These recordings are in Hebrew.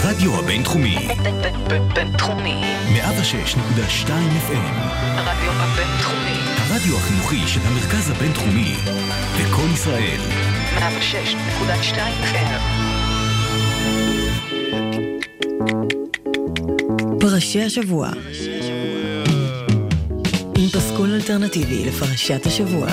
הרדיו הבינתחומי. בינתחומי. 106.2 FM. הרדיו הבינתחומי. הרדיו החינוכי של המרכז הבינתחומי. לכל ישראל. 106.2 FM. פרשי השבוע. עם פסקול אלטרנטיבי לפרשת השבוע.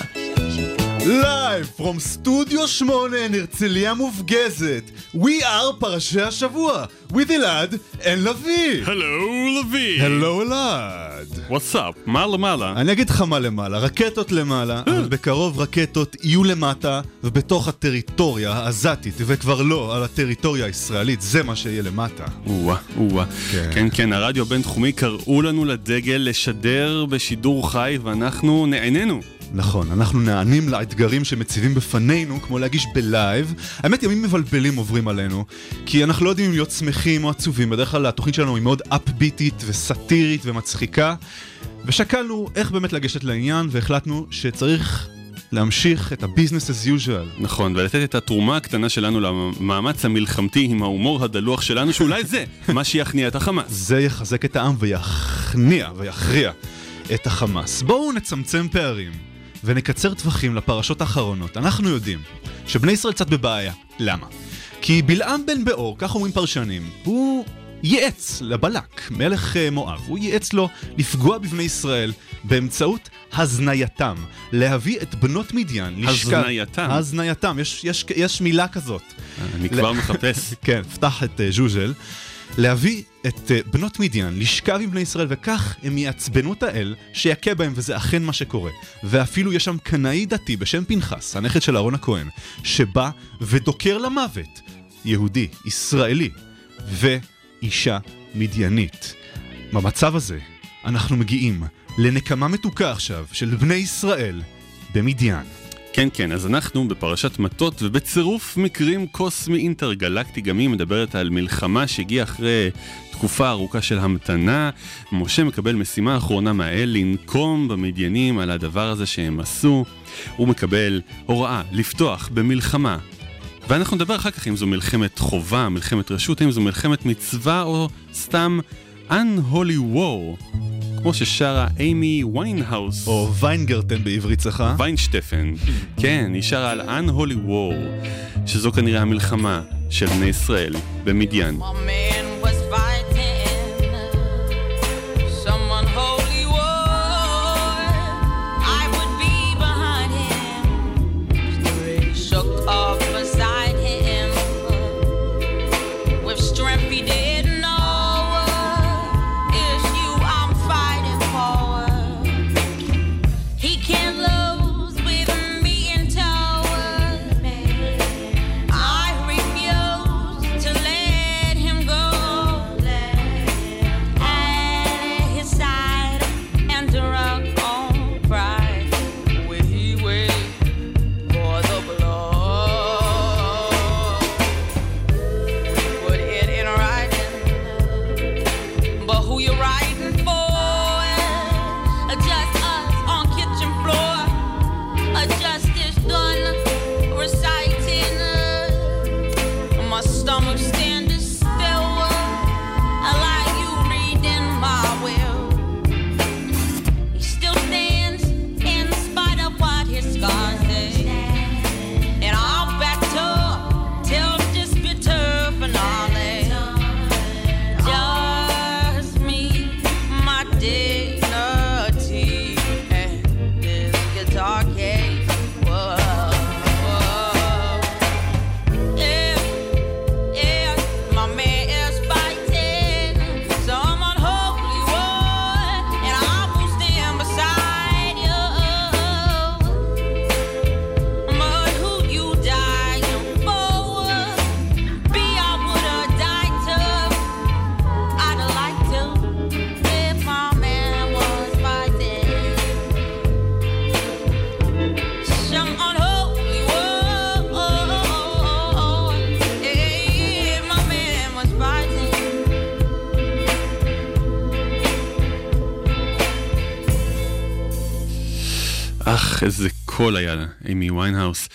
Live from Studio 8 הרצליה מופגזת. We are פרשי השבוע with אלעד and לביא. הלו לביא. הלו אלעד. What's up? מה למעלה? אני אגיד לך מה למעלה, רקטות למעלה, אבל בקרוב רקטות יהיו למטה ובתוך הטריטוריה העזתית, וכבר לא על הטריטוריה הישראלית, זה מה שיהיה למטה. וואה. כן, הרדיו הבינתחומי קראו לנו לדגל לשדר בשידור חי ואנחנו נענינו. נכון, אנחנו נענים לאתגרים שמציבים בפנינו, כמו להגיש בלייב. האמת, ימים מבלבלים עוברים עלינו, כי אנחנו לא יודעים אם להיות שמחים או עצובים. בדרך כלל התוכנית שלנו היא מאוד אפביטית וסטירית ומצחיקה, ושקלנו איך באמת לגשת לעניין, והחלטנו שצריך להמשיך את ה-business as usual. נכון, ולתת את התרומה הקטנה שלנו למאמץ המלחמתי עם ההומור הדלוח שלנו, שאולי זה מה שיכניע את החמאס. זה יחזק את העם ויכריע את החמאס. בואו נצמצם פערים ונקצר טווחים לפרשות האחרונות. אנחנו יודעים שבני ישראל קצת בבעיה. למה? כי בלעם בן באור, כך אומרים פרשנים, הוא ייעץ לבלק, מלך מואב, הוא ייעץ לו לפגוע בבני ישראל באמצעות הזנייתם, להביא את בנות מדיין, הזנייתם, יש מילה כזאת. אני כבר מחפש. כן, פתח את ז'וז'ל. להביא את בנות מדיין, לשכב עם בני ישראל, וכך הם יעצבנו את האל שיקה בהם, וזה אכן מה שקורה. ואפילו יש שם קנאי דתי בשם פנחס, הנכד של אהרון הכהן, שבא ודוקר למוות יהודי, ישראלי, ואישה מדיינית. במצב הזה אנחנו מגיעים לנקמה מתוקה עכשיו של בני ישראל במדיין. כן, אז אנחנו בפרשת מטות ובצירוף מקרים קוסמי אינטרגלקטי, גם היא מדברת על מלחמה שהגיעה אחרי תקופה ארוכה של המתנה. משה מקבל משימה האחרונה מהאל לנקום במדיינים על הדבר הזה שהם עשו. הוא מקבל הוראה לפתוח במלחמה, ואנחנו נדבר אחר כך אם זו מלחמת חובה, מלחמת רשות, אם זו מלחמת מצווה או סתם unholy war, כמו ששרה אימי ויינהאוס, או ויינגרטן בעברית צחה, ויינשטפן. כן, היא שרה על unholy war, שזו כנראה המלחמה של בני ישראל במדיין. איזה הכל היה לה, אימי ויינהאוס.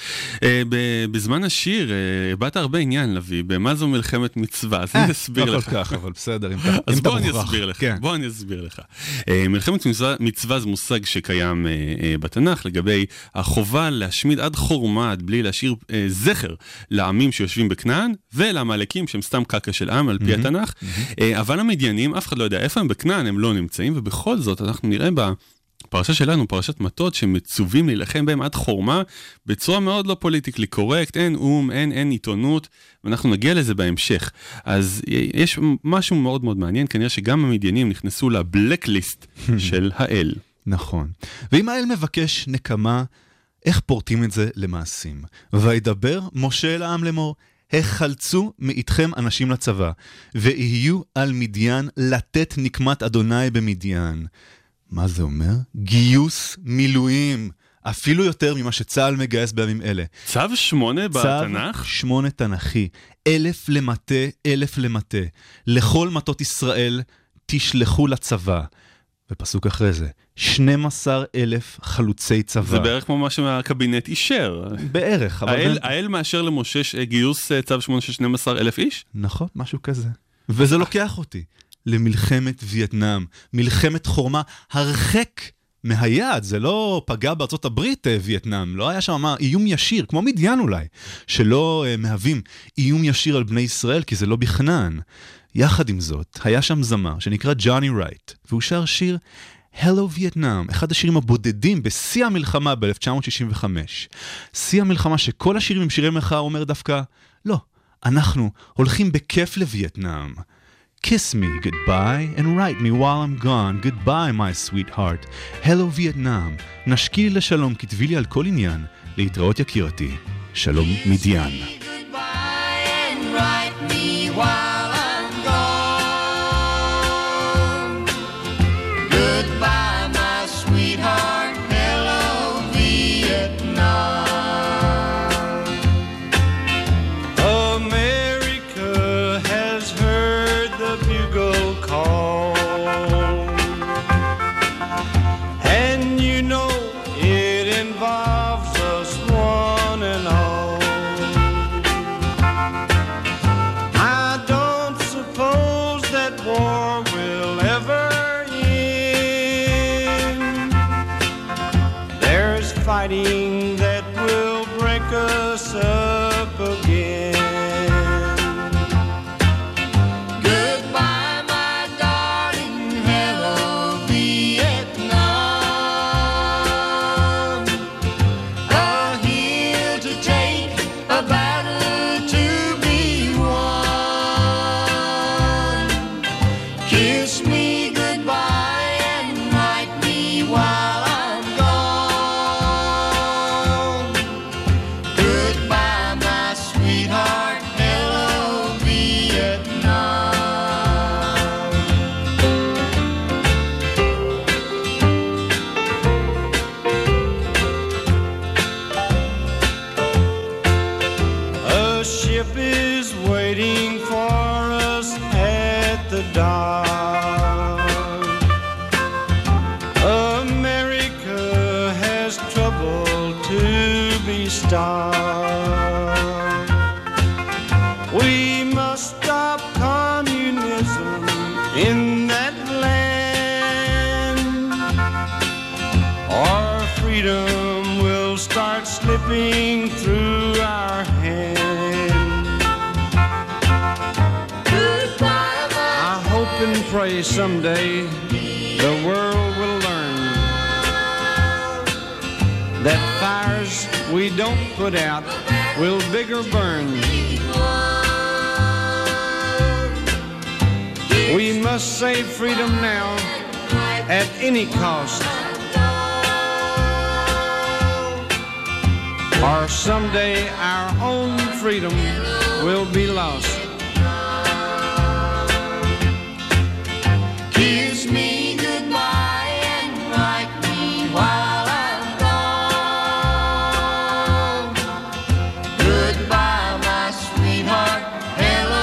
בזמן השיר, באת הרבה עניין, לוי, במה זו מלחמת מצווה, אז אני אסביר לך. לא כל כך, אבל בסדר, אם אתה מוכרח. אז בוא אני אסביר לך. מלחמת מצווה זה מושג שקיים בתנ"ך, לגבי החובה להשמיד עד חורמד, בלי להשאיר זכר לעמים שיושבים בכנען, ולעמלקים שהם סתם קקה של עם, על פי התנ"ך. אבל המדיינים, אף אחד לא יודע איפה הם בכנען, הם לא נמצאים, ובכל זאת אנחנו נראה בפרשה שלנו, פרשת מטות, שמצווים להילחם בהם עד חורמה, בצורה מאוד לא פוליטיקלי קורקט, אין אין עיתונות, ואנחנו נגיע לזה בהמשך. אז יש משהו מאוד מאוד מעניין, כנראה שגם המדיינים נכנסו לבלקליסט של האל. נכון. ואם האל מבקש נקמה, איך פורטים את זה למעשים? וידבר משה אל העם לאמור, החלצו מאיתכם אנשים לצבא, ויהיו על מדיין לתת נקמת אדוני במדיין. מה זה אומר? גיוס מילואים, אפילו יותר ממה שצהל מגייס בימים אלה. צו 8 בתנ"ך? צו 8 תנ"כי, 1,000 למטה, 1,000 למטה. לכל מטות ישראל תשלחו לצבא. ופסוק אחרי זה, 12,000 חלוצי צבא. זה בערך כמו מה שהקבינט אישר. בערך. האל מאשר למשה גיוס צו 8 של 12,000 איש? נכון, משהו כזה. וזה לוקח אותי למלחמת וייטנאם, מלחמת חורמה, הרחק מהיעד, זה לא פגע בארצות הברית וייטנאם, לא היה שם איום ישיר, כמו מדיין אולי, שלא מהווים איום ישיר על בני ישראל, כי זה לא בכנען. יחד עם זאת, היה שם זמר שנקרא ג'וני רייט, והוא שר שיר Hello Vietnam, אחד השירים הבודדים בשיא המלחמה ב-1965. שיא המלחמה שכל השירים עם שירי מחאה אומר דווקא, לא, אנחנו הולכים בכיף לווייטנאם. Kiss me goodbye and write me while I'm gone. Goodbye my sweetheart. Hello Vietnam. נשקי לשלום, כתבי לי על כל עניין. להתראות יקירתי. שלום מדיין. Goodbye and write me while I'm gone. Goodbye my sweetheart. Hello Vietnam. America has heard the bugle call, and you know it involves us one and all. I don't suppose that war will ever end. There's fighting that will break us up again. Goodbye my darling. Hello Vietnam. A hill to take, a battle to be won. Kiss me goodbye and write me while I'm gone. Goodbye my sweetheart. Hello Vietnam. A ship is waiting for us at the dock. America has trouble to be stopped. We must stop communism in that land, or freedom will start slipping through our hand. Goodbye my I hope and pray someday the world will learn that fires we don't put out will bigger burn. We must save freedom now at any cost, or someday our own freedom will be lost. Kiss me goodbye and write me while I'm gone. Goodbye my sweetheart. Hello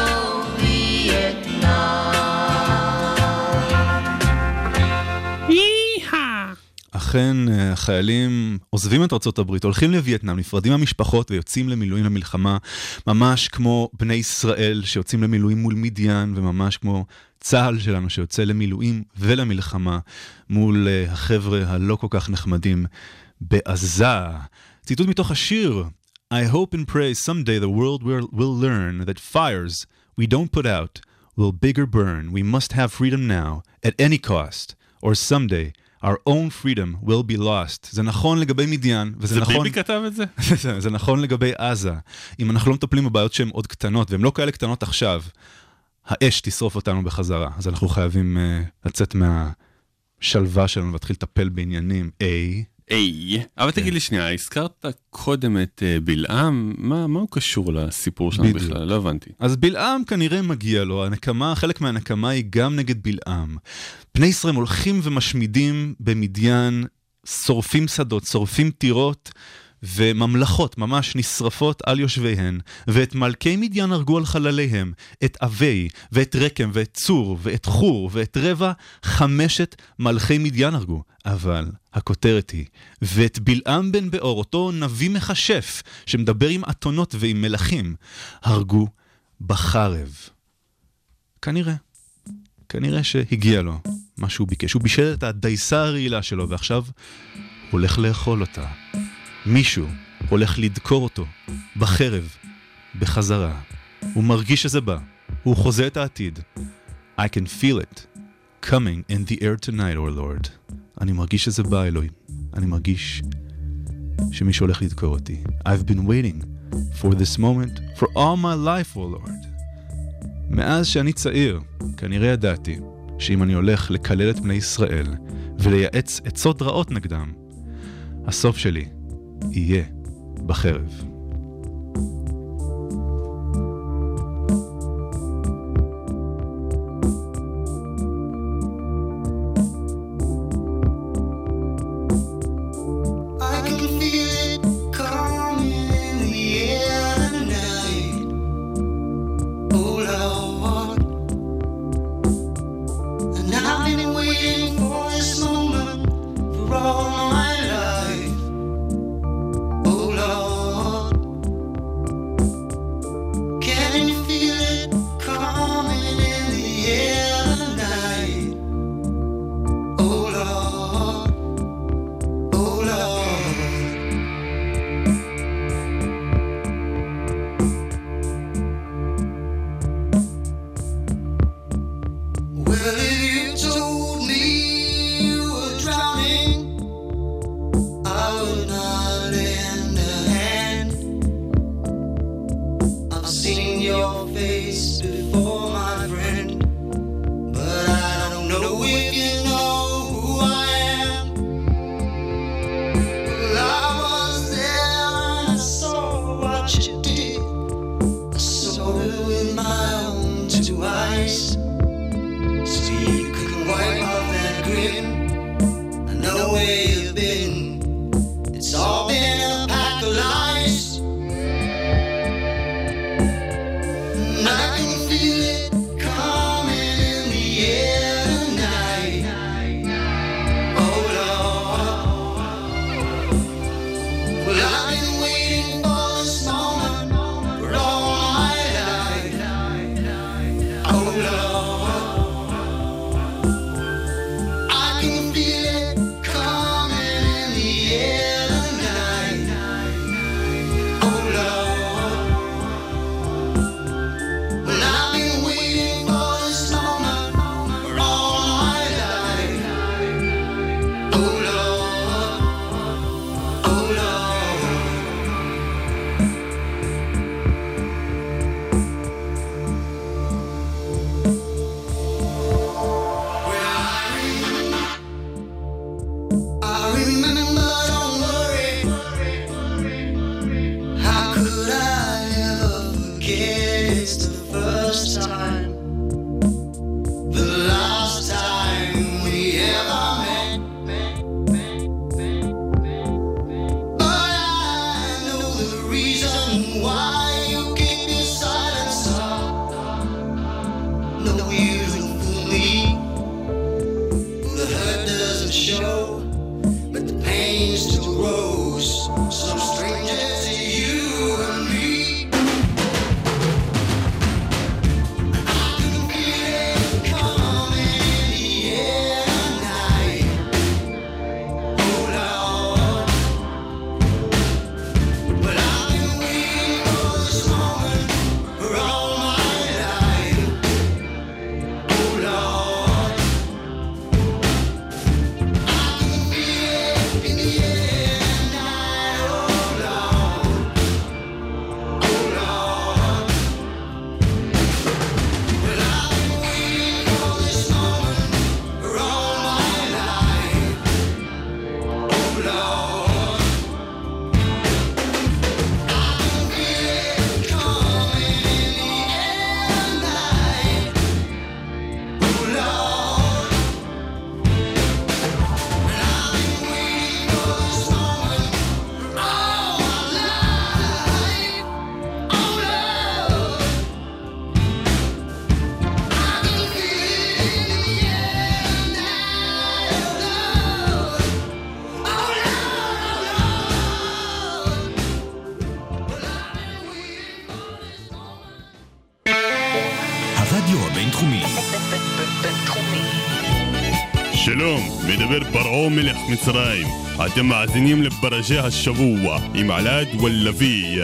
Vietnam. ולכן החיילים עוזבים את ארצות הברית, הולכים לווייטנאם, נפרדים מהמשפחות ויוצאים למילואים למלחמה, ממש כמו בני ישראל שיוצאים למילואים מול מדיין, וממש כמו צהל שלנו שיוצא למילואים ולמלחמה מול החבר'ה הלא כל כך נחמדים בעזה. ציטוט מתוך השיר: I hope and pray someday the world will learn that fires we don't put out will bigger burn. We must have freedom now at any cost, or someday our own freedom will be lost. זה נכון לגבי מדיין, וזה נכון... זה ביבי כתב את זה? זה נכון לגבי עזה. אם אנחנו לא מטפלים בבעיות שהן עוד קטנות, והן לא כאלה קטנות עכשיו, האש תשרוף אותנו בחזרה. אז אנחנו חייבים לצאת מהשלווה שלנו ולהתחיל לטפל בעניינים. אבל תגיד לי שנייה, הזכרת קודם את בלעם, מה הוא קשור לסיפור שלנו בכלל? לא הבנתי. אז בלעם כנראה מגיע לו, חלק מהנקמה היא גם נגד בלעם. בני ישראל הולכים ומשמידים במדיין, שורפים שדות, שורפים טירות, וממלכות ממש נשרפות על יושביהן, ואת מלכי מדיין הרגו על חלליהם, את אבי, ואת רקם, ואת צור, ואת חור, ואת רבע, 5 מלכי מדיין הרגו. אבל הכותרת היא, ואת בלעם בן באור, אותו נביא מחשף, שמדבר עם אתונות ועם מלכים, הרגו בחרב. כנראה שהגיע לו מה שהוא ביקש. הוא בישל את הדייסה הרעילה שלו, ועכשיו הולך לאכול אותה. מישהו הולך לדקור אותו בחרב, בחזרה. הוא מרגיש שזה בא. הוא חוזה את העתיד. I can feel it coming in the air tonight, oh Lord. אני מרגיש שזה בא, אלוהים. אני מרגיש שמישהו הולך לדקור אותי. I've been waiting for this moment for all my life, oh Lord. מאז שאני צעיר, כנראה ידעתי שאם אני הולך לקלל את בני ישראל ולייעץ עצות רעות נגדם, הסוף שלי יהיה בחרב. But the שלום, מדבר פרעה מלך מצרים. אתם מאזינים לפרשת השבוע עם עלד ולוי.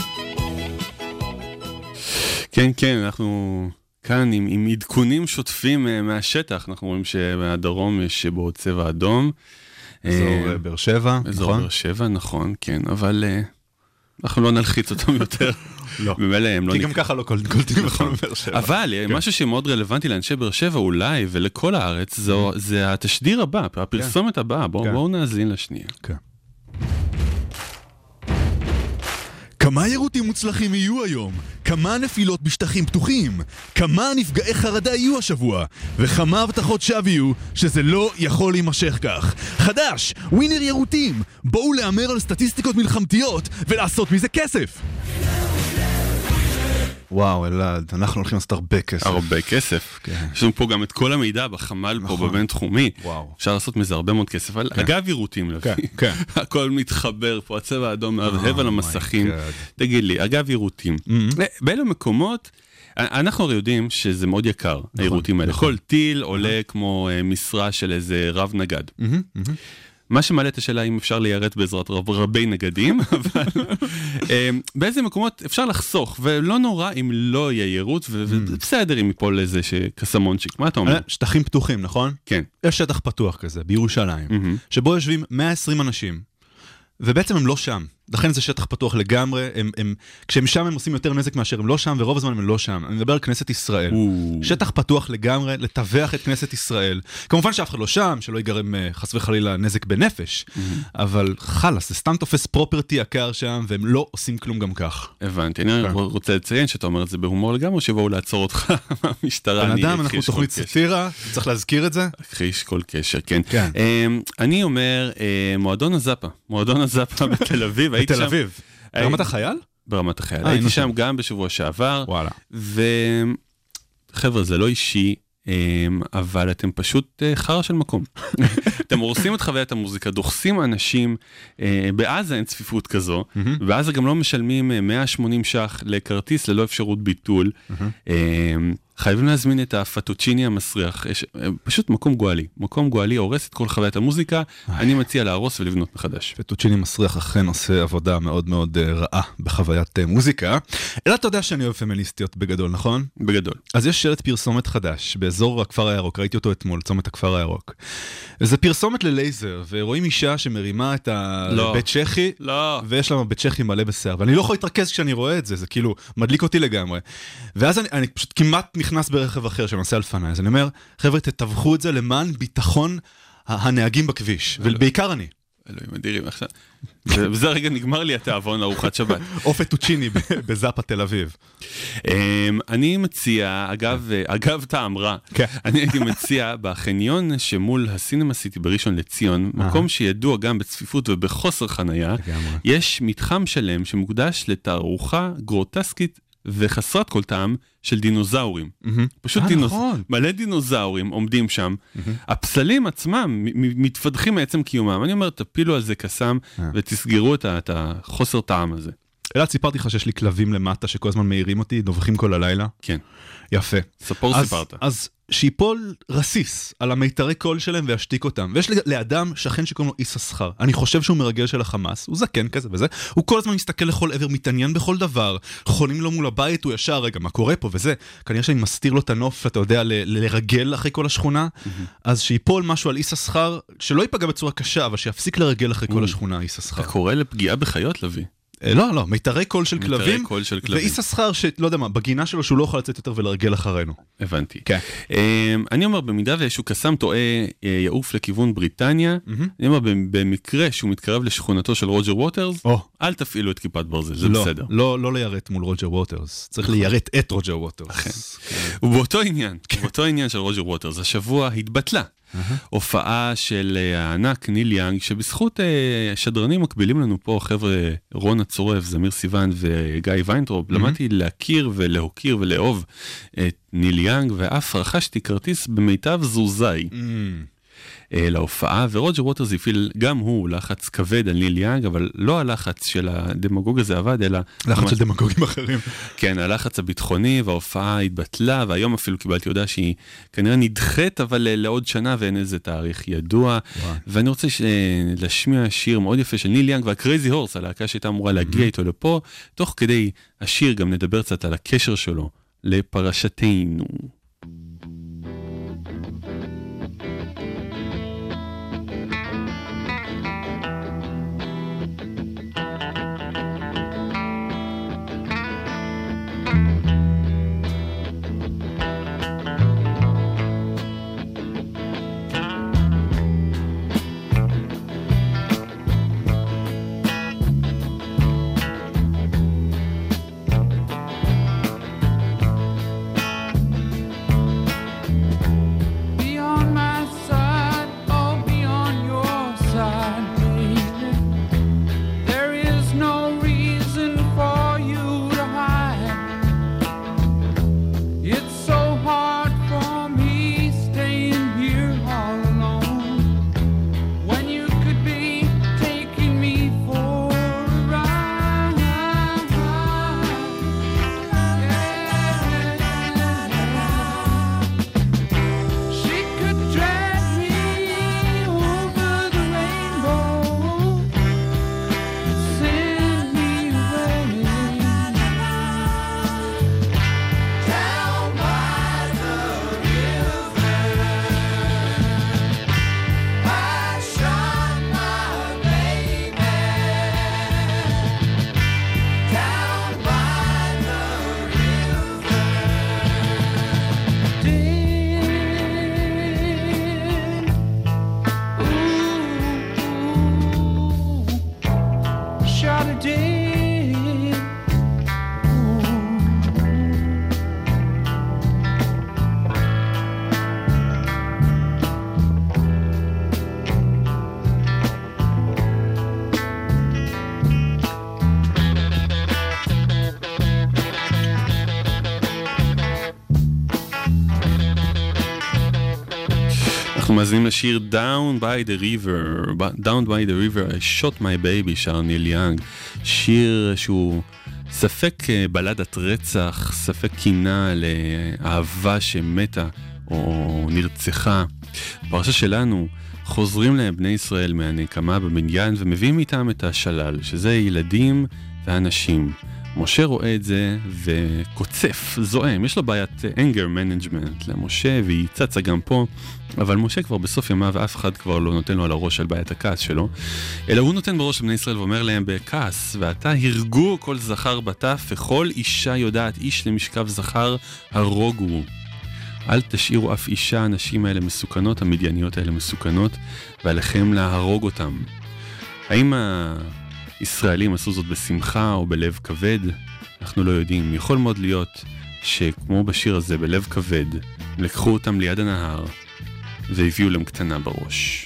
כן, כן, אנחנו כאן עם עדכונים שוטפים מהשטח. אנחנו רואים שבדרום יש בו צבע אדום. אזור באר שבע, נכון? אזור באר שבע, נכון, כן, אבל אנחנו לא נלחיץ אותם יותר. לא. כי גם ככה לא קולטים אותם בבאר שבע. אבל משהו שמאוד רלוונטי לאנשי באר שבע אולי, ולכל הארץ, זה התשדיר הבא, הפרסומת הבאה. בואו נאזין לשנייה. כן. כמה יירוטים מוצלחים יהיו היום? כמה נפילות בשטחים פתוחים? כמה נפגעי חרדה יהיו השבוע? וכמה הבטחות שווא יהיו שזה לא יכול להימשך כך? חדש! ווינר יירוטים! בואו לאמר על סטטיסטיקות מלחמתיות ולעשות מזה כסף! וואו, אלעד, אנחנו הולכים לעשות הרבה כסף. הרבה כסף. יש לנו פה גם את כל המידע בחמ"ל פה בבינתחומי. אפשר לעשות מזה הרבה מאוד כסף. אגב יירוטים, לוי. הכל מתחבר פה, הצבע האדום מהבהב על המסכים. תגיד לי, אגב יירוטים. באילו מקומות, אנחנו הרי יודעים שזה מאוד יקר, היירוטים האלה. כל טיל עולה כמו משרה של איזה רב נגד. מה שמעלה את השאלה אם אפשר ליירט בעזרת רבי נגדים, אבל באיזה מקומות אפשר לחסוך, ולא נורא אם לא יהיה יירוט, ובסדר אם יפול איזה קסמונצ'יק. מה אתה אומר? שטחים פתוחים, נכון? כן. יש שטח פתוח כזה, בירושלים, שבו יושבים 120 אנשים, ובעצם הם לא שם. לכן זה שטח פתוח לגמרי, כשהם שם הם עושים יותר נזק מאשר הם לא שם, ורוב הזמן הם לא שם. אני מדבר על כנסת ישראל. שטח פתוח לגמרי, לטווח את כנסת ישראל. כמובן שאף אחד לא שם, שלא ייגרם חס וחלילה נזק בנפש, אבל חלס, זה סתם תופס פרופרטי יקר שם, והם לא עושים כלום גם כך. הבנתי, אני רוצה לציין שאתה אומר את זה בהומור לגמרי, שבאו לעצור אותך מהמשטרה. בן אדם, אנחנו תוכנית סאטירה, צריך להזכיר את זה. הכחיש כל קשר, כן. אני אומר, מועדון הזאפה בתל אביב. בתל אביב. ברמת החייל? ברמת החייל. הייתי שם גם בשבוע שעבר. וואלה. וחבר'ה, זה לא אישי, אבל אתם פשוט חרא של מקום. אתם הורסים את חוויית המוזיקה, דוחסים אנשים, בעזה אין צפיפות כזו, בעזה גם לא משלמים 180 ש"ח לכרטיס ללא אפשרות ביטול. חייבים להזמין את הפטוצ'יני המסריח, פשוט מקום גואלי, הורס את כל חוויית המוזיקה, אני מציע להרוס ולבנות מחדש. פטוצ'יני מסריח אכן עושה עבודה מאוד מאוד רעה בחוויית מוזיקה, אלא אתה יודע שאני אוהב פמיניסטיות בגדול, נכון? בגדול. אז יש שלט פרסומת חדש באזור הכפר הירוק, ראיתי אותו אתמול, צומת הכפר הירוק. וזה פרסומת ללייזר, ורואים אישה שמרימה את הבית צ'כי, ויש לה בית צ'כי מלא בשיער, ואני לא יכול להתרכז כשאני רואה את זה, זה כאילו מדליק אותי לגמרי. ואז אני פשוט כמעט נכנס ברכב אחר שנוסע לפניי, אז אני אומר, חבר'ה, תטווחו את זה למען ביטחון הנהגים בכביש, ובעיקר אני. אלוהים אדירים, עכשיו. בזה הרגע נגמר לי התיאבון לארוחת שבת. או פטוצ'יני בזאפה תל אביב. אני מציע, אגב טעם רע, אני הייתי מציע בחניון שמול הסינמה סיטי בראשון לציון, מקום שידוע גם בצפיפות ובחוסר חנייה, יש מתחם שלם שמוקדש לתערוכה גרוטסקית וחסרת כל טעם של דינוזאורים. פשוט מלא דינוזאורים עומדים שם. הפסלים עצמם מתפתחים מעצם קיומם. אני אומר, תפילו על זה קסם ותסגרו את החוסר טעם הזה. אלא סיפרתי לך שיש לי כלבים למטה שכל הזמן מהירים אותי, נובחים כל הלילה. כן. יפה. סיפרת. אז שיפול רסיס על המיתרי קול שלהם וישתיק אותם. ויש לאדם שכן שקוראים לו איססחר. אני חושב שהוא מרגל של החמאס, הוא זקן כזה וזה. הוא כל הזמן מסתכל לכל עבר, מתעניין בכל דבר. חונים לו מול הבית, הוא ישר, רגע, מה קורה פה וזה. כנראה שאני מסתיר לו את הנוף, אתה יודע, לרגל אחרי כל השכונה. אז שיפול משהו על איססחר, שלא ייפגע בצורה קשה, אבל שיפסיק לרגל אחרי כל השכונה, איססחר. אתה קורא לפגיעה בחיות, לוי? לא, מיתרי קול של כלבים, ואיס הסחר שלא יודע מה, בגינה שלו שהוא לא יכול לצאת יותר ולרגל אחרינו. הבנתי. אני אומר, במידה ואיזשהו קסם טועה יעוף לכיוון בריטניה, אני אומר, במקרה שהוא מתקרב לשכונתו של רוג'ר ווטרס, אל תפעילו את כיפת ברזל, זה בסדר. לא ליירט מול רוג'ר ווטרס, צריך ליירט את רוג'ר ווטרס. ובאותו עניין של רוג'ר ווטרס, השבוע התבטלה. הופעה של הענק ניל יאנג, שבזכות שדרנים מקבילים לנו פה, חבר'ה רון הצורף, זמיר סיוון וגיא ויינטרופ, למדתי להכיר ולהוקיר ולאהוב את ניל יאנג, ואף רכשתי כרטיס במיטב זוזאי. להופעה, ורוג'ר ווטרס הפעיל גם הוא לחץ כבד על ניל יאנג, אבל לא הלחץ של הדמגוג הזה עבד, אלא... לחץ של דמגוגים אחרים. כן, הלחץ הביטחוני, וההופעה התבטלה, והיום אפילו קיבלתי הודעה שהיא כנראה נדחית, אבל לעוד שנה ואין איזה תאריך ידוע. ואני רוצה להשמיע שיר מאוד יפה של ניל יאנג והקרייזי הורס, הלהקה שהייתה אמורה להגיע איתו לפה, תוך כדי השיר גם נדבר קצת על הקשר שלו לפרשתנו. מאזינים לשיר Down by the River, I shot my baby, שר ניל יאנג, שיר שהוא ספק בלדת רצח, ספק קינה לאהבה שמתה או נרצחה. בפרשה שלנו חוזרים לבני ישראל מהנקמה במניין ומביאים איתם את השלל, שזה ילדים ואנשים. משה רואה את זה וקוצף, זועם, יש לו בעיית anger management למשה, והיא צצה גם פה, אבל משה כבר בסוף ימיו ואף אחד כבר לא נותן לו על הראש על בעיית הכעס שלו, אלא הוא נותן בראש לבני ישראל ואומר להם בכעס, ואתה הרגו כל זכר בטף, וכל אישה יודעת איש למשכב זכר הרוגו. אל תשאירו אף אישה, הנשים האלה מסוכנות, המדייניות האלה מסוכנות, ועליכם להרוג אותם. האם ישראלים עשו זאת בשמחה או בלב כבד? אנחנו לא יודעים. יכול מאוד להיות שכמו בשיר הזה, בלב כבד, לקחו אותם ליד הנהר והביאו להם קטנה בראש.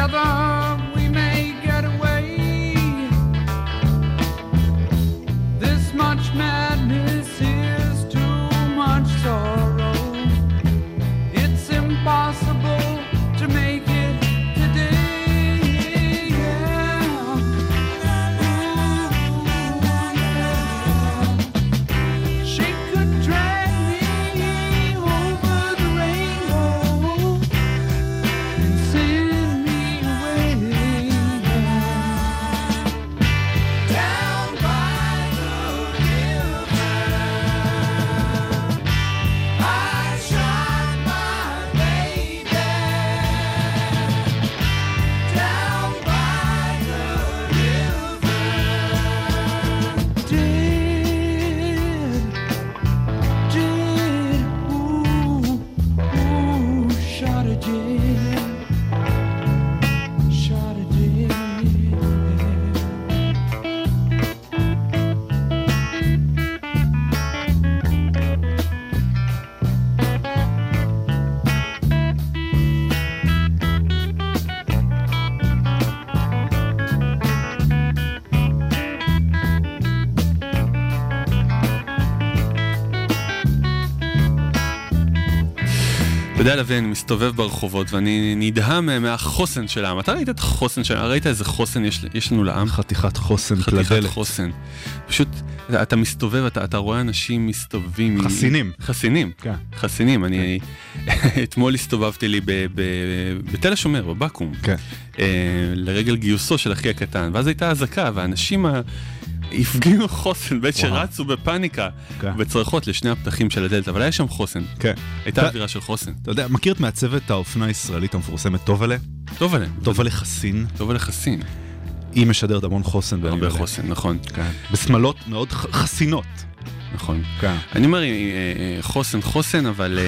together we may get away. This much madness is too much sorrow. It's impossible to make it today. She could drag me over the rainbow and send me away. Down by the river, I shot my baby. Down by the river, ooh, shot a dead, shot a dead. אתה יודע, לוי, אני מסתובב ברחובות ואני נדהם מהחוסן של העם. אתה ראית את החוסן של העם? ראית איזה חוסן יש לנו לעם? חתיכת חוסן חתיכת פלדלת. חוסן. פשוט, אתה מסתובב, אתה רואה אנשים מסתובבים. חסינים. חסינים. כן. חסינים. אני אתמול הסתובבתי לי בתל השומר, בבקו"ם. כן. לרגל גיוסו של אחי הקטן. ואז הייתה אזעקה, והאנשים הפגינו חוסן, בית שרצו בפאניקה, כן. בצרחות לשני הפתחים של הדלת, אבל היה שם חוסן. כן. הייתה אווירה של חוסן. אתה יודע, מכיר את מעצבת האופנה הישראלית המפורסמת טובלה? טוב עליהם. טובלה חסין. טוב לחסין. היא משדרת המון חוסן. בימים הרבה אלה. חוסן, נכון. כן. בסמלות מאוד חסינות. נכון. כן. אני אומר, חוסן, אבל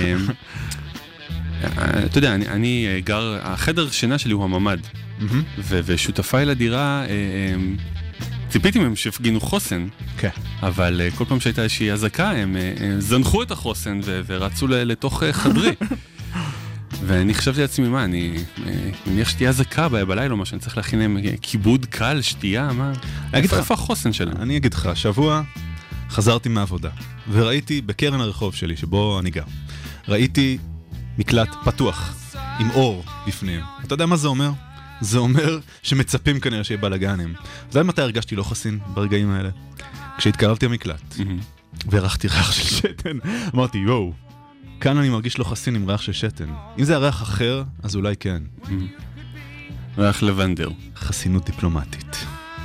אתה יודע, אני גר, החדר שינה שלי הוא הממד, ושותפיי לדירה, ציפיתי מהם שהפגינו חוסן, כן. אבל כל פעם שהייתה איזושהי אזעקה, הם זנחו את החוסן ורצו לתוך חדרי. ואני חשבתי לעצמי, מה, אני מניח שתהיה אזעקה בלילה, מה שאני צריך להכין להם כיבוד קל, שתייה, מה? איפה החוסן שלהם? אני אגיד לך, השבוע חזרתי מהעבודה, וראיתי בקרן הרחוב שלי, שבו אני גר, ראיתי מקלט פתוח, עם אור בפנים. אתה יודע מה זה אומר? זה אומר שמצפים כנראה שיהיה בלגנים. זה מתי הרגשתי לא חסין ברגעים האלה? כשהתקרבתי המקלט, והרחתי ריח של שתן, אמרתי, יואו, כאן אני מרגיש לא חסין עם ריח של שתן. אם זה הריח אחר, אז אולי כן. ריח לבנדר. חסינות דיפלומטית.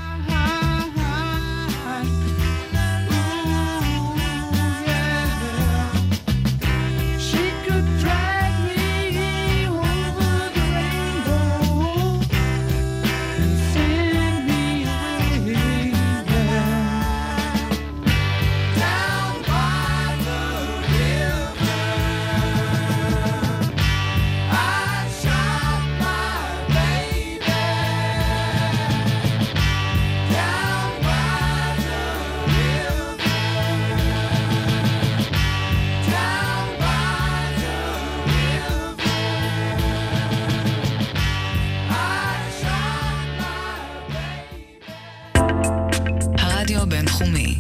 בינתחומי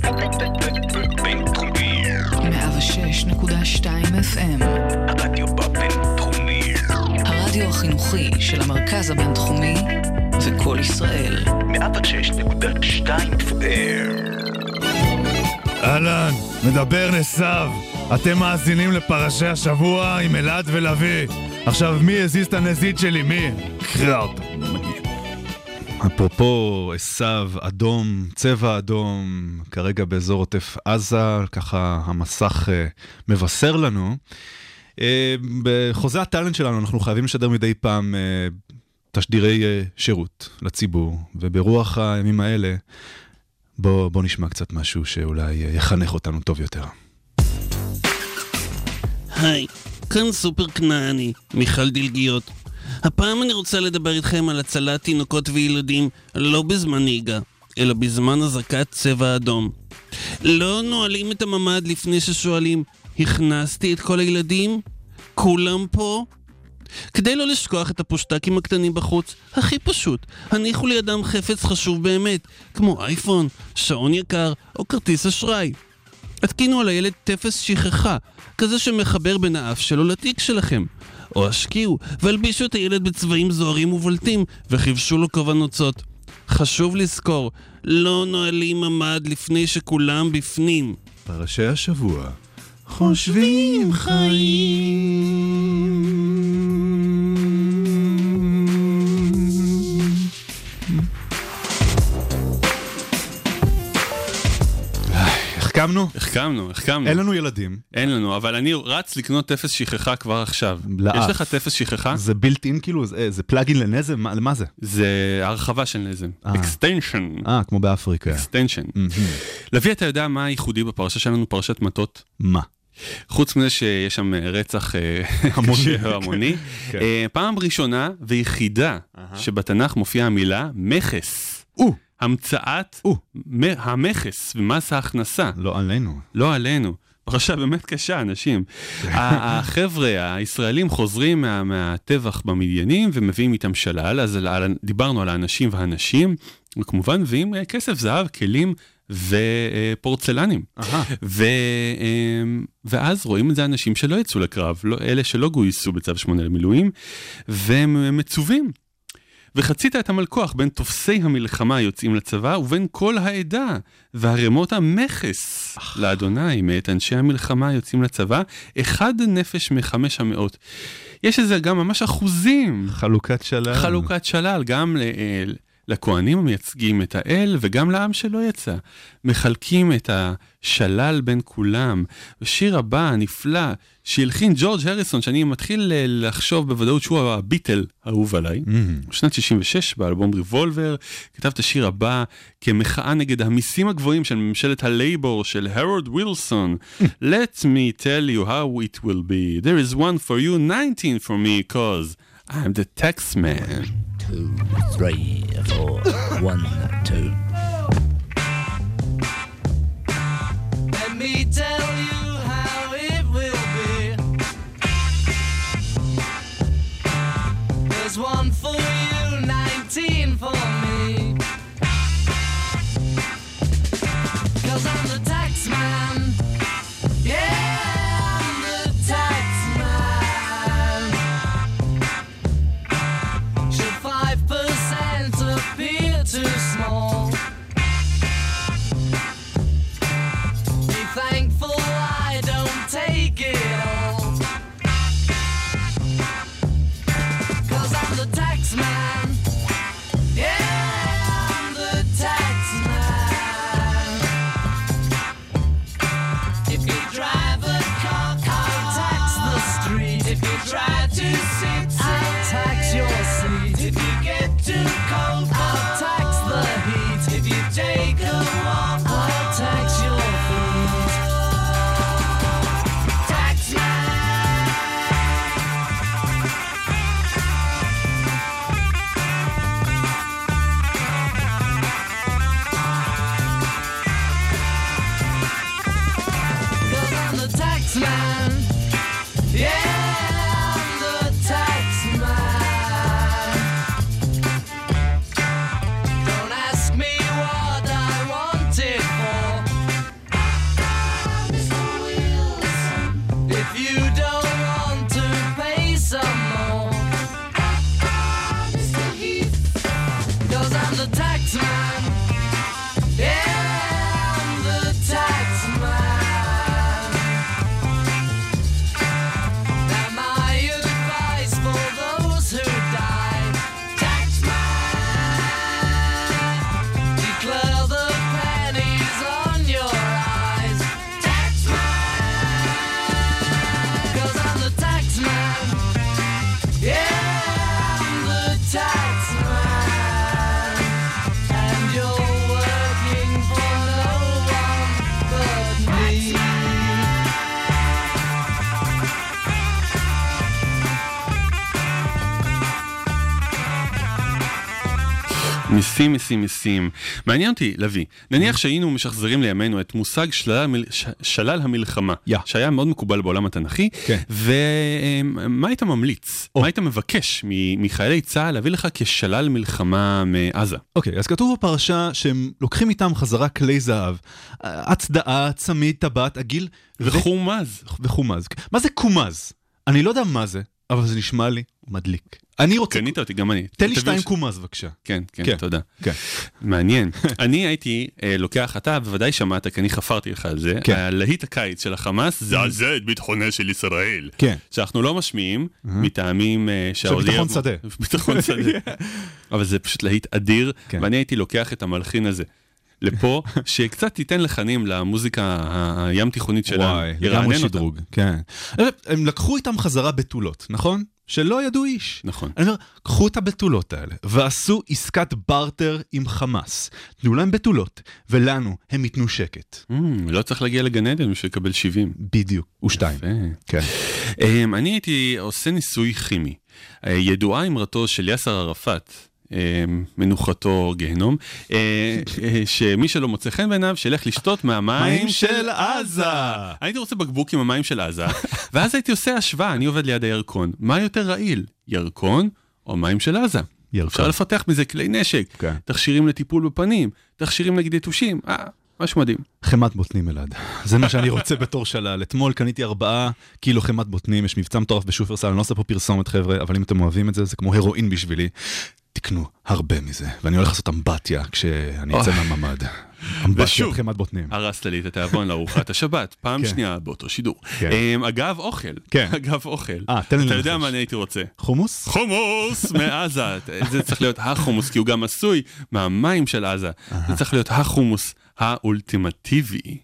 106.2 FM הרדיו בבינתחומי. הרדיו החינוכי של המרכז הבינתחומי וכל ישראל 106.2 FM. אהלן, מדבר נסב. אתם מאזינים לפרשי השבוע עם אלעד ולוי. עכשיו מי הזיז את הנזית שלי? מי? קראוט. אפרופו עשיו, אדום, צבע אדום, כרגע באזור עוטף עזה, ככה המסך מבשר לנו. בחוזה הטלנט שלנו אנחנו חייבים לשדר מדי פעם תשדירי שירות לציבור, וברוח הימים האלה בוא נשמע קצת משהו שאולי יחנך אותנו טוב יותר. היי, כאן סופר כנעני, מיכל דלגיות. הפעם אני רוצה לדבר איתכם על הצלת תינוקות וילדים לא בזמן נהיגה, אלא בזמן הזרקת צבע אדום. לא נועלים את הממד לפני ששואלים, הכנסתי את כל הילדים? כולם פה? כדי לא לשכוח את הפושטקים הקטנים בחוץ, הכי פשוט, הניחו לידם חפץ חשוב באמת, כמו אייפון, שעון יקר או כרטיס אשראי. התקינו על הילד טפס שכחה, כזה שמחבר בין האף שלו לתיק שלכם. או השקיעו והלבישו את הילד בצבעים זוהרים ובולטים וחיבשו לו כובע נוצות. חשוב לזכור, לא נועלים ממ"ד לפני שכולם בפנים. פרשי השבוע חושבים חיים. החכמנו. אין לנו ילדים. אין לנו, אבל אני רץ לקנות טפס שכחה כבר עכשיו. לאף. יש לך טפס שכחה? זה בילט אין כאילו, זה פלאגין לנזם? למה זה? זה הרחבה של נזם. אקסטנשן. כמו באפריקה. אקסטנשן. לוי, אתה יודע מה הייחודי בפרשה שלנו, פרשת מטות? מה? חוץ מזה שיש שם רצח המוני. פעם ראשונה ויחידה שבתנ"ך מופיעה המילה מכס. המצאת המכס ומס ההכנסה. לא עלינו. פרשה באמת קשה, אנשים. החבר'ה, הישראלים חוזרים מהטבח במדיינים ומביאים איתם שלל, אז דיברנו על האנשים והנשים, וכמובן מביאים כסף, זהב, כלים ופורצלנים. ואז רואים את זה אנשים שלא יצאו לקרב, אלה שלא גויסו בצו 8 למילואים, והם מצווים. וחצית את המלכוח בין תופסי המלחמה היוצאים לצבא ובין כל העדה, והרמות המכס לאדוני מאת אנשי המלחמה היוצאים לצבא, 1 נפש מ500. יש איזה גם ממש אחוזים. חלוקת שלל, גם לכהנים המייצגים את האל וגם לעם שלא יצא. מחלקים את השלל בין כולם. השיר הבא, הנפלא, שהלחין ג'ורג' הריסון, שאני מתחיל לחשוב בוודאות שהוא הביטל האהוב עליי. בשנת 66, באלבום ריבולבר, כתב את השיר הבא כמחאה נגד המיסים הגבוהים של ממשלת הלייבור של הרוד ווילסון. Let me tell you how it will be. There is one for you, 19 for me, cause I'm the tax man. 2, 3, 4, 1, 2. Let me tell you how it will be. There's one for you, 19 for me. 'Cause I'm the tax man. Yeah, I'm the tax man. Should 5% appear too small? Be thankful מיסים. מעניין אותי, לוי, נניח שהיינו משחזרים לימינו את מושג שלל המלחמה, שהיה מאוד מקובל בעולם התנ"כי, ומה היית ממליץ? מה היית מבקש מחיילי צה"ל להביא לך כשלל מלחמה מעזה? אוקיי, אז כתוב בפרשה שהם לוקחים איתם חזרה כלי זהב, הצדעה, צמיד, טבעת, עגיל וחומז. מה זה קומז? אני לא יודע מה זה, אבל זה נשמע לי מדליק. אני רוצה... קנית אותי, גם אני. תן לי 2 קומז, בבקשה. כן, תודה. מעניין. אני הייתי לוקח, אתה בוודאי שמעת, כי אני חפרתי לך על זה, להיט הקיץ של החמאס, זעזע את ביטחונה של ישראל. כן. שאנחנו לא משמיעים, מטעמים של ביטחון שדה. ביטחון שדה. אבל זה פשוט להיט אדיר, ואני הייתי לוקח את המלחין הזה. לפה, שקצת תיתן לחנים למוזיקה הים תיכונית שלנו. לגמרי שדרוג. כן. הם לקחו איתם חזרה בתולות, נכון? שלא ידעו איש. נכון. אני אומר, קחו את הבתולות האלה, ועשו עסקת ברטר עם חמאס. תנו להם בתולות, ולנו הם יתנו שקט. לא צריך להגיע לגן עדן בשביל לקבל 70. בדיוק, ו2. כן. אני הייתי עושה ניסוי כימי. ידועה אמרתו של יאסר ערפאת, מנוחתו גהנום, שמי שלא מוצא חן בעיניו, שילך לשתות מהמים של עזה. הייתי רוצה בקבוק עם המים של עזה, ואז הייתי עושה השוואה, אני עובד ליד הירקון. מה יותר רעיל? ירקון או מים של עזה? אפשר לפתח מזה כלי נשק, תכשירים לטיפול בפנים, תכשירים נגד יתושים, משהו מדהים. חמת בוטנים אלעד. זה מה שאני רוצה בתור שלל. אתמול קניתי 4 קילו חמת בוטנים, יש מבצע מטורף בשופרסל, אני לא עושה פה פרסומת חבר'ה, אבל אם אתם אוהבים את זה, זה כמו הרואין בשבילי. תקנו הרבה מזה, ואני הולך לעשות אמבטיה כשאני אצא מהממד. אמבטיה חמת בוטנים. הרסת לי את התיאבון לארוחת השבת, פעם שנייה באותו שידור. אגב אוכל. אתה יודע מה אני הייתי רוצה? חומוס? חומוס מעזה. זה צריך להיות החומוס, כי הוא גם עשוי מהמים של עזה. זה צריך להיות החומוס האולטימטיבי.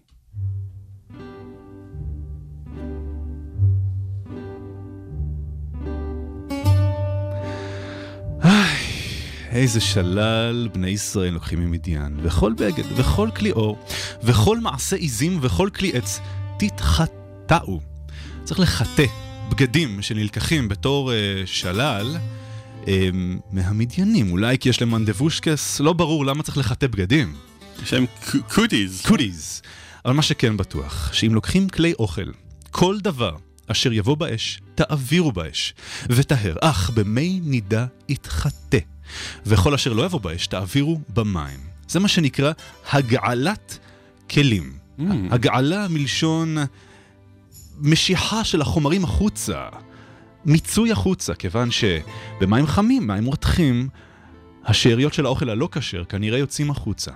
איזה שלל בני ישראל לוקחים ממדיין, וכל בגד, וכל כלי אור, וכל מעשה עיזים, וכל כלי עץ, תתחטאו. צריך לחטא בגדים שנלקחים בתור שלל מהמדיינים, אולי כי יש להם מנדבושקס, לא ברור למה צריך לחטא בגדים. יש להם קוטיז. אבל מה שכן בטוח, שאם לוקחים כלי אוכל, כל דבר אשר יבוא באש, תעבירו באש, ותהר, אך במי נידה יתחטא. וכל אשר לא יבוא באש, תעבירו במים. זה מה שנקרא הגעלת כלים. הגעלה מלשון משיכה של החומרים החוצה, מיצוי החוצה, כיוון שבמים חמים, מים רותחים, השאריות של האוכל הלא כשר כנראה יוצאים החוצה.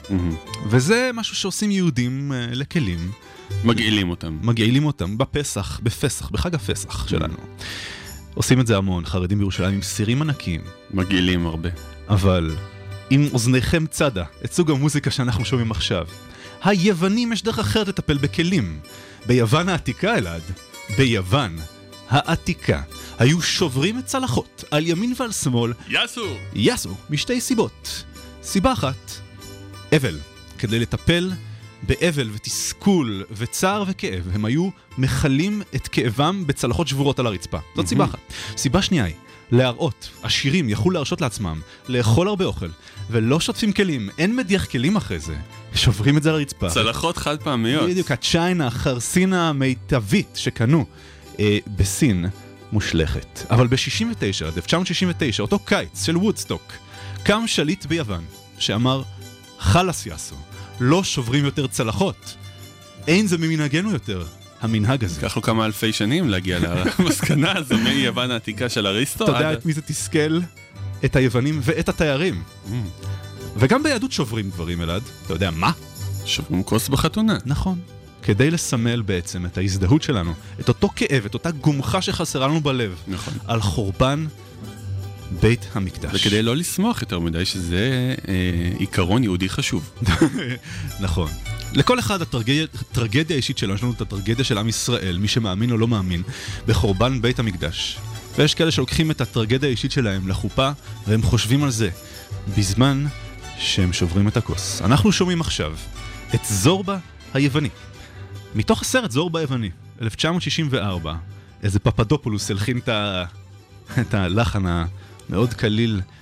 וזה משהו שעושים יהודים לכלים. מגעילים אותם בפסח, בחג הפסח שלנו. עושים את זה המון, חרדים בירושלים עם סירים ענקים. מגעילים הרבה. אבל אם אוזניכם צדה את סוג המוזיקה שאנחנו שומעים עכשיו, היוונים יש דרך אחרת לטפל בכלים. ביוון העתיקה אלעד, ביוון העתיקה, היו שוברים את צלחות על ימין ועל שמאל. יסו, משתי סיבות. סיבה אחת, אבל. כדי לטפל באבל ותסכול וצער וכאב, הם היו מחלים את כאבם בצלחות שבורות על הרצפה. זאת סיבה אחת. סיבה שנייה היא, להראות, עשירים יכולו להרשות לעצמם, לאכול הרבה אוכל, ולא שוטפים כלים, אין מדיח כלים אחרי זה, שוברים את זה על הרצפה. צלחות חד פעמיות. בדיוק, הצ'יינה, החרסינה המיטבית שקנו בסין מושלכת. אבל ב-69, 1969, אותו קיץ של וודסטוק, קם שליט ביוון, שאמר, חלס יסו, לא שוברים יותר צלחות. אין זה ממנהגנו יותר, המנהג הזה. לקח לו כמה אלפי שנים להגיע למסקנה הזו מיוון העתיקה של אריסטו. אתה יודע את מי זה תסכל? את היוונים ואת התיירים. וגם ביהדות שוברים דברים אלעד. אתה יודע מה? שוברים כוס בחתונה. נכון. כדי לסמל בעצם את ההזדהות שלנו, את אותו כאב, את אותה גומחה שחסרה לנו בלב. נכון. על חורבן בית המקדש. וכדי לא לשמוח יותר מדי שזה עיקרון יהודי חשוב. נכון. לכל אחד הטרגדיה האישית שלנו, יש לנו את הטרגדיה של עם ישראל, מי שמאמין או לא מאמין, בחורבן בית המקדש. ויש כאלה שלוקחים את הטרגדיה האישית שלהם לחופה, והם חושבים על זה, בזמן שהם שוברים את הכוס. אנחנו שומעים עכשיו את זורבה היווני. מתוך הסרט זורבה היווני, 1964, איזה פפדופולוס הלחין את הלחן המאוד קליל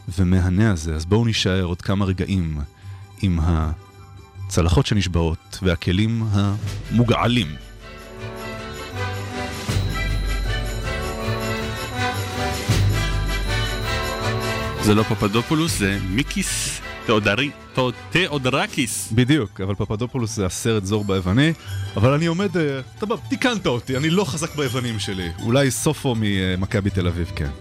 ומהנה הזה. אז בואו נשאר עוד כמה רגעים עם הצלחות שנשבעות והכלים המוגעלים. זה לא פפדופולוס, זה מיקיס תיאודרקיס. בדיוק, אבל פפדופולוס זה הסרט זור ביווני, אבל אני עומד, תיקנת אותי, אני לא חזק ביוונים שלי. אולי סופו ממכבי תל אביב, כן.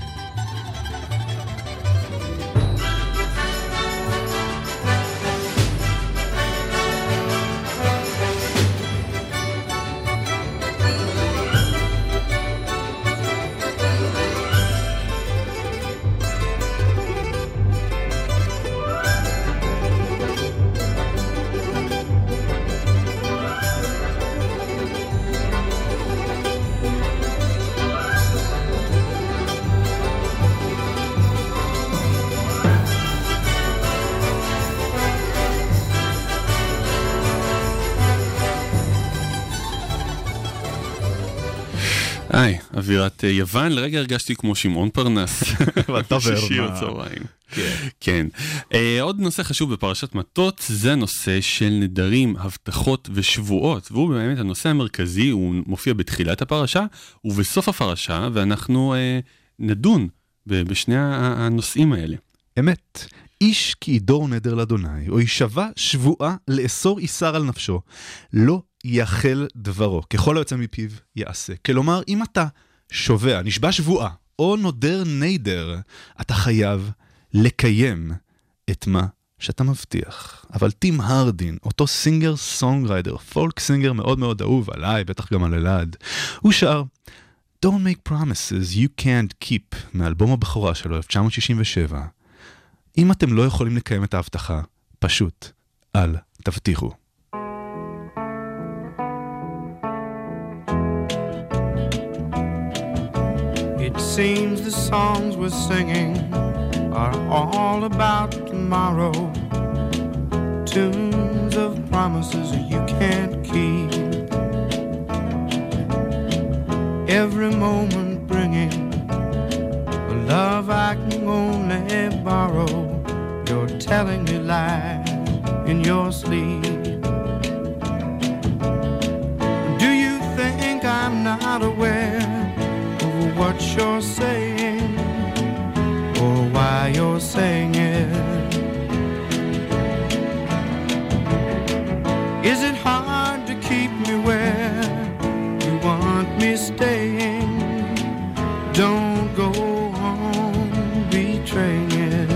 אווירת יוון, לרגע הרגשתי כמו שמעון פרנס. שישי או צהריים. כן. עוד נושא חשוב בפרשת מטות, זה הנושא של נדרים, הבטחות ושבועות, והוא באמת הנושא המרכזי, הוא מופיע בתחילת הפרשה ובסוף הפרשה, ואנחנו נדון בשני הנושאים האלה. אמת. איש כי ידור נדר לאדוני, או יישבע שבועה לאסור איסר על נפשו, לא יחל דברו, ככל היוצא מפיו יעשה. כלומר, אם אתה שובע, נשבע שבועה, או נודר נדר, אתה חייב לקיים את מה שאתה מבטיח. אבל טים הרדין, אותו סינגר סונגריידר, פולק סינגר מאוד מאוד אהוב עליי, בטח גם על אלעד, הוא שר Don't make promises you can't keep, מאלבום הבכורה שלו, 1967. אם אתם לא יכולים לקיים את ההבטחה, פשוט אל תבטיחו. It seems the songs we're singing are all about tomorrow. Tunes of promises you can't keep. Every moment bringing a love I can only borrow. You're telling me lies in your sleep. Do you think I'm not aware of what you're saying, or why you're saying it? Is it hard to keep me where you want me staying? Don't go on betraying it.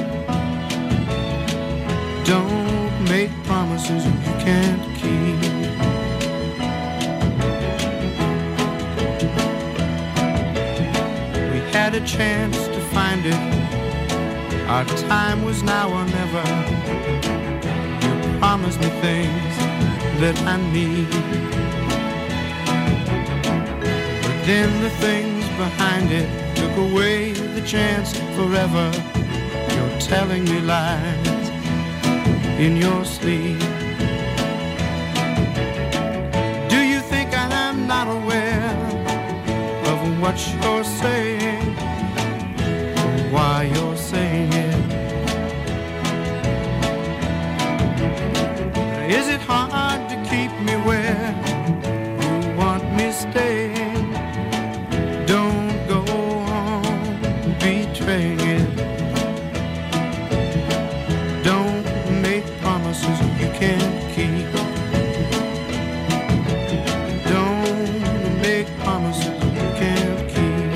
Don't make promises you can't keep. Had a chance to find it. Our time was now or never. You promised me things that I need, but then the things behind it took away the chance forever. You're telling me lies in your sleep. Do you think I'm not aware of what you're saying, why you're saying it? Is it hard to keep me where you want me staying? Don't go on betraying it. Don't make promises you can't keep. Don't make promises you can't keep.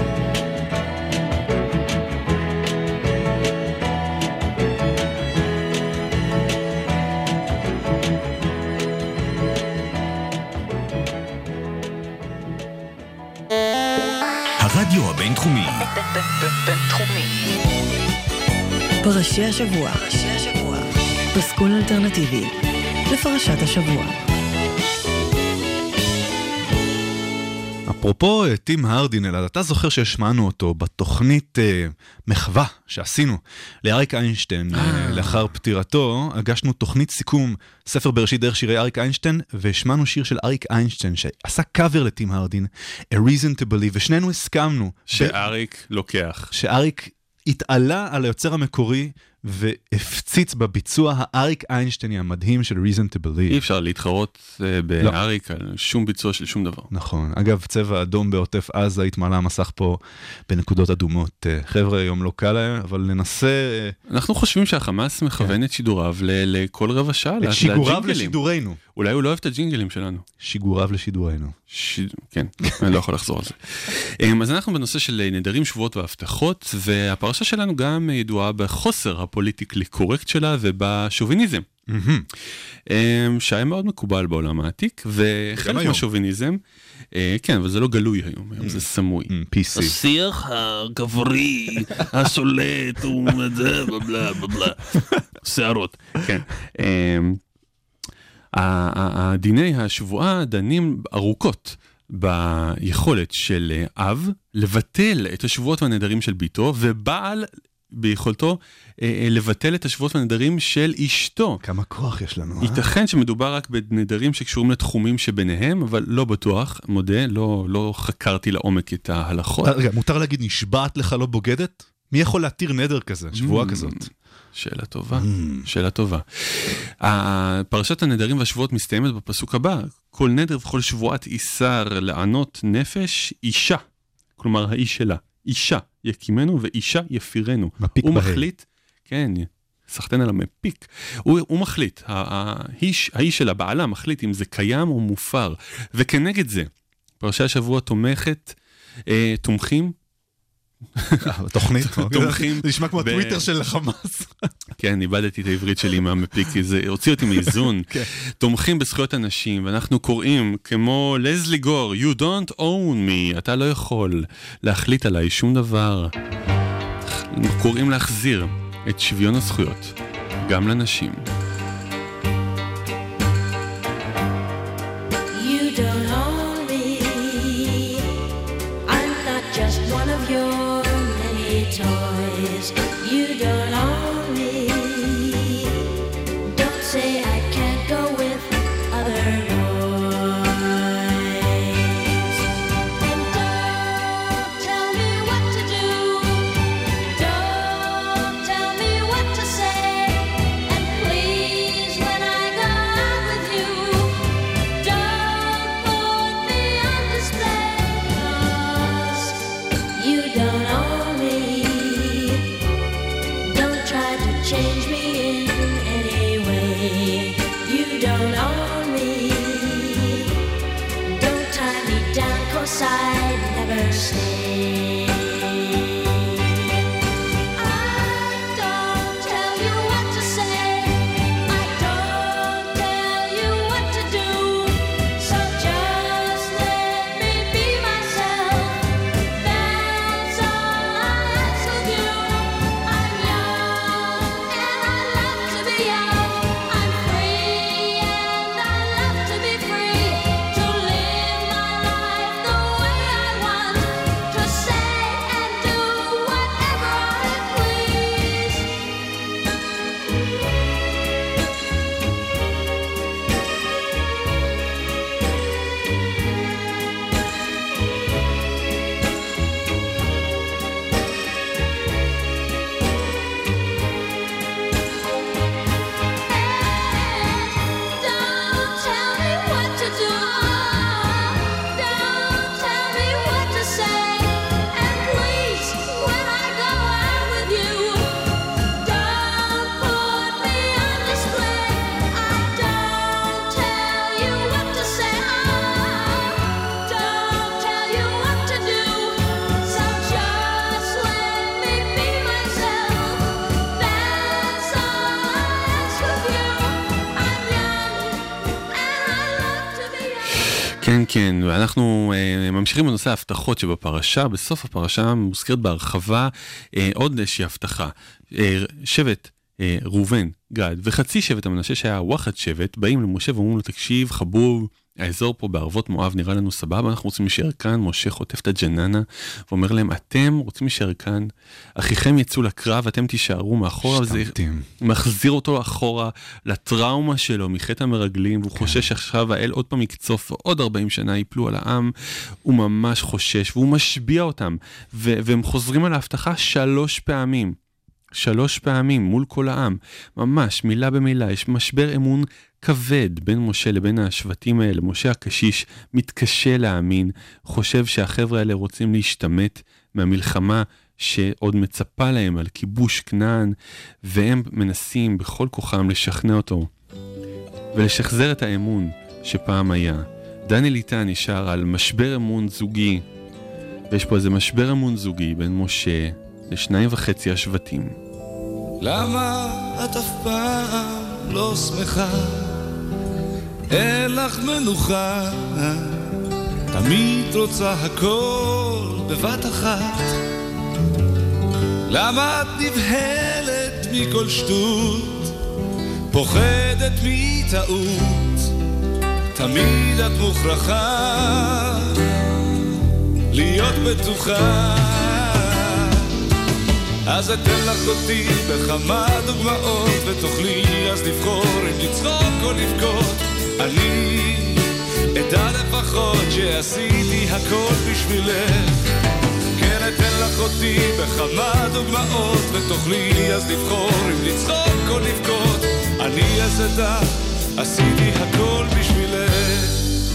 הרדיו הבינתחומי. בינתחומי. פרשי השבוע. פסקול אלטרנטיבי לפרשת השבוע. אפרופו טים הרדין, אלעד, אתה זוכר שהשמענו אותו בתוכנית מחווה שעשינו לאריק איינשטיין לאחר פטירתו, הגשנו תוכנית סיכום ספר בראשית דרך שירי אריק איינשטיין, והשמענו שיר של אריק איינשטיין שעשה קאבר לטים הרדין, A Reason to Believe, ושנינו הסכמנו שאריק לוקח. שאריק התעלה על היוצר המקורי והפציץ בביצוע האריק איינשטייני המדהים של Reason to Believe. אי אפשר להתחרות באריק על שום ביצוע של שום דבר. נכון. אגב, צבע אדום בעוטף עזה התמלא המסך פה בנקודות אדומות. חבר'ה, היום לא קל להם, אבל ננסה... אנחנו חושבים שהחמאס מכוון את שידוריו לכל רבע שעה. את שיגוריו לשידורנו. אולי הוא לא אוהב את הג'ינגלים שלנו. שיגוריו לשידורנו. כן, אני לא יכול לחזור על זה. אז אנחנו בנושא של נדרים, שבועות והבטחות, והפרשה שלנו גם ידועה בחוסר הפוליטיקלי קורקט שלה ובשוביניזם. שהיה מאוד מקובל בעולם העתיק, וחלק מהשוביניזם, כן, אבל זה לא גלוי היום, היום זה סמוי. PC. השיח הגברי, השולט, הוא בלה בלה בלה. שערות. כן. הדיני השבועה דנים ארוכות ביכולת של אב לבטל את השבועות והנדרים של ביתו, ובעל ביכולתו לבטל את השבועות והנדרים של אשתו. כמה כוח יש לנו. ייתכן שמדובר רק בנדרים שקשורים לתחומים שביניהם, אבל לא בטוח, מודה, לא חקרתי לעומק את ההלכות. רגע, מותר להגיד נשבעת לך לא בוגדת? מי יכול להתיר נדר כזה, שבועה כזאת? שאלה טובה, שאלה טובה. פרשת הנדרים והשבועות מסתיימת בפסוק הבא. כל נדר וכל שבועת איסר לענות נפש אישה. כלומר, האיש שלה. אישה יקימנו ואישה יפירנו. מפיק הוא בהן. מחליט, כן, סחטן על המפיק. הוא מחליט, האיש שלה, בעלה, מחליט אם זה קיים או מופר. וכנגד זה, פרשת השבוע תומכים, תוכנית. תומכים. זה נשמע כמו הטוויטר של חמאס. כן, איבדתי את העברית שלי מהמפיק, זה הוציא אותי מאיזון. תומכים בזכויות אנשים, ואנחנו קוראים כמו לזלי גור, you don't own me, אתה לא יכול להחליט עליי שום דבר. קוראים להחזיר את שוויון הזכויות, גם לנשים. You don't own me. I'm not just one of your many toys. You don't own me. Don't say I can't go with other boys. And don't tell me what to do. Don't tell me what to say. And please, when I go out with you, don't put me on display. 'Cause you don't own me. Don't try to change me in any way. You don't own me. Don't tie me down 'cause I'd never stay. I don't tell you what to say. I don't tell you what to do. So just let me be myself. That's all I ask of you. I'm young and I love to be young. I'm free and I love to be free. To live my life the way I want. To say and do whatever I please. Don't tell me what to do. Don't tell me what to say. And please, when I go out with you, don't put me on display. I don't tell you what to say. Don't tell you what to do. So just let me be myself. That's all I ask of you. I'm young and I love to be young. כן, כן, ואנחנו ממשיכים בנושא ההבטחות שבפרשה. בסוף הפרשה מוזכרת בהרחבה עוד איזושהי הבטחה. שבט ראובן, גד וחצי שבט המנשה שהיה וואחד שבט, באים למשה ואומרים לו, תקשיב חבוב, האזור פה בערבות מואב נראה לנו סבבה, אנחנו רוצים להישאר כאן. משה חוטף את הג'ננה ואומר להם, אתם רוצים להישאר כאן, אחיכם יצאו לקרב, אתם תישארו מאחורה. וזה מחזיר אותו אחורה לטראומה שלו מחטא המרגלים, והוא חושש שעכשיו האל עוד פעם יקצוף ועוד 40 שנה ייפלו על העם. הוא ממש חושש והוא משביע אותם, והם חוזרים על ההבטחה 3 פעמים. 3 פעמים מול כל העם, ממש מילה במילה. יש משבר אמון כבד בין משה לבין השבטים האלה. משה הקשיש מתקשה להאמין, חושב שהחבר'ה האלה רוצים להשתמט מהמלחמה שעוד מצפה להם על כיבוש כנען, והם מנסים בכל כוחם לשכנע אותו ולשחזר את האמון שפעם היה. דניאל איתן נשאר על משבר אמון זוגי, ויש פה איזה משבר אמון זוגי בין משה ל2.5 השבטים. למה את אף פעם לא שמחה? אין לך מנוחה, תמיד רוצה הכל בבת אחת. למה את נבהלת מכל שטות, פוחדת מטעות, תמיד את מוכרחה להיות בטוחה. אז אתן לך אותי בכמה דוגמאות, ותוכלי אז לבחור אם לצחוק או לבכות. אני אדע לפחות שעשיתי הכל בשבילך. כן, אתן לך אותי בכמה דוגמאות, ותוכלי אז לבחור אם לצחוק או לבכות. אני אז אדע, עשיתי הכל בשבילך.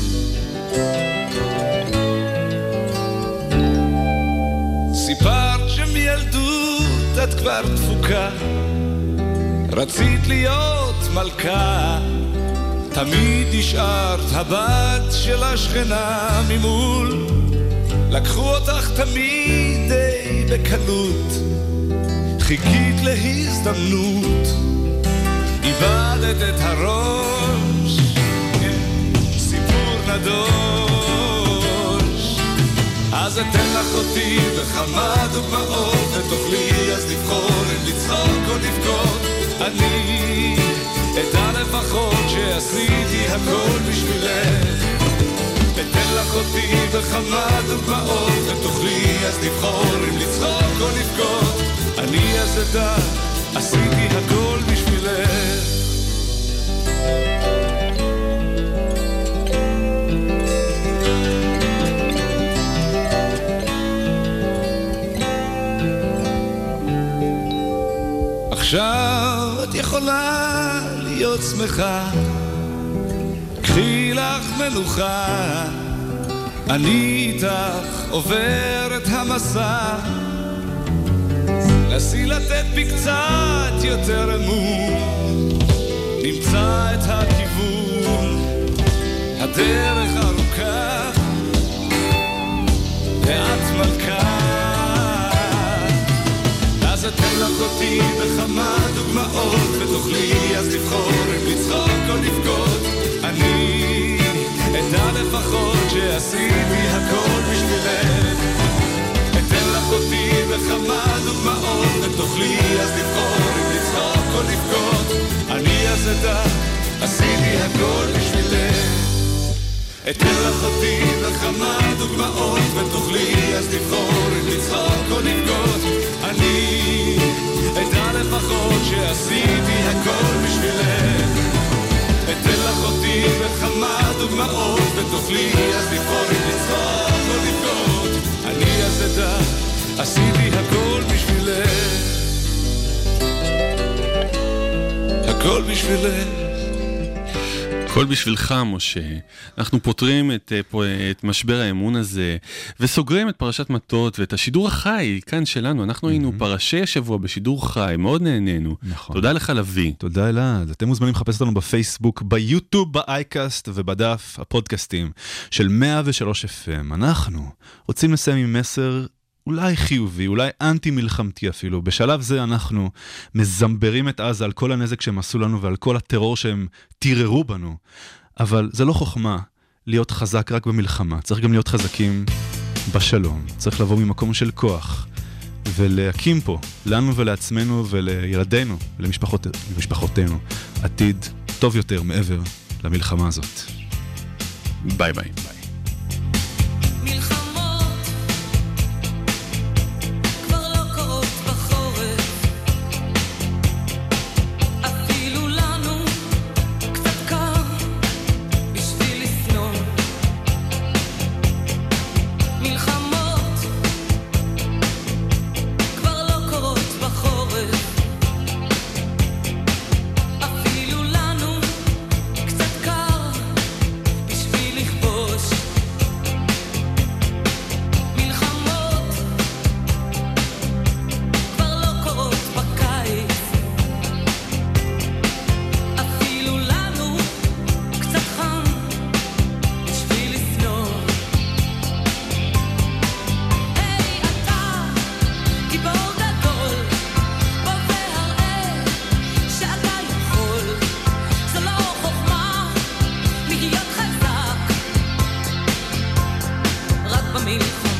סיפרת שמילדות את כבר דפוקה, רצית להיות מלכה, תמיד נשארת הבת של השכנה ממול. לקחו אותך תמיד די בקלות, חיכית להזדמנות, איבדת את הראש, סיפור נדוש. אז אתן לך אותי בכמה דוגמאות, ותוכלי אז לבחור אם לצחוק או לבכות. אני אדע לפחות שעשיתי הכל בשבילך. אתן לך אותי בכמה דוגמאות, ותוכלי אז לבחור אם לצחוק או לבכות. אני אז אדע, עשיתי הכל בשבילך. עכשיו את יכולה להיות שמחה, קחי לך מנוחה, אני איתך עובר את המסע. נסי לתת בי קצת יותר אמון, נמצא את הכיוון, הדרך ארוכה ואת מלכה. אז אתן לך אותי בכמה דוגמאות, ותוכלי אז לבחור אם לצחוק או לבכות. אני אדע לפחות שעשיתי הכל בשבילך. אתן לך אותי בכמה דוגמאות, ותוכלי אז לבחור אם לצחוק או לבכות. אני אז אדע, עשיתי הכל בשבילך. אתן לך אותי בכמה דוגמאות, ותוכלי אז לבחור אם לצחוק או לבכות. אני אדע לפחות שעשיתי הכל בשבילך. אתן לך אותי בכמה דוגמאות, ותוכלי אז לבחור אם לצחוק או לבכות. אני אז אדע, עשיתי הכל בשבילך. הכל בשבילך. הכל בשבילך, משה. אנחנו פותרים את משבר האמון הזה, וסוגרים את פרשת מטות ואת השידור החי כאן שלנו. אנחנו היינו פרשי השבוע בשידור חי, מאוד נהנינו. נכון. תודה לך לוי. תודה אלעד. אתם מוזמנים לחפש אותנו בפייסבוק, ביוטיוב, באייקאסט ובדף הפודקאסטים של 103 FM. אנחנו רוצים לסיים עם מסר אולי חיובי, אולי אנטי מלחמתי אפילו. בשלב זה אנחנו מזמברים את עזה על כל הנזק שהם עשו לנו ועל כל הטרור שהם תיררו בנו. אבל זה לא חוכמה להיות חזק רק במלחמה. צריך גם להיות חזקים בשלום. צריך לבוא ממקום של כוח ולהקים פה לנו ולעצמנו ולילדינו ולמשפחותינו עתיד טוב יותר מעבר למלחמה הזאת. ביי ביי. מלחמות כבר לא קורות בחורף, אפילו לנו קצת קר בשביל לשנוא. מלחמות כבר לא קורות בחורף, אפילו לנו קצת קר בשביל לכבוש. מלחמות כבר לא קורות בקיץ, אפילו לנו קצת חם בשביל לשנוא. היי אתה גיבור גדול, בוא והראה שאתה יכול. זו לא חוכמה להיות חזק רק במלחמה.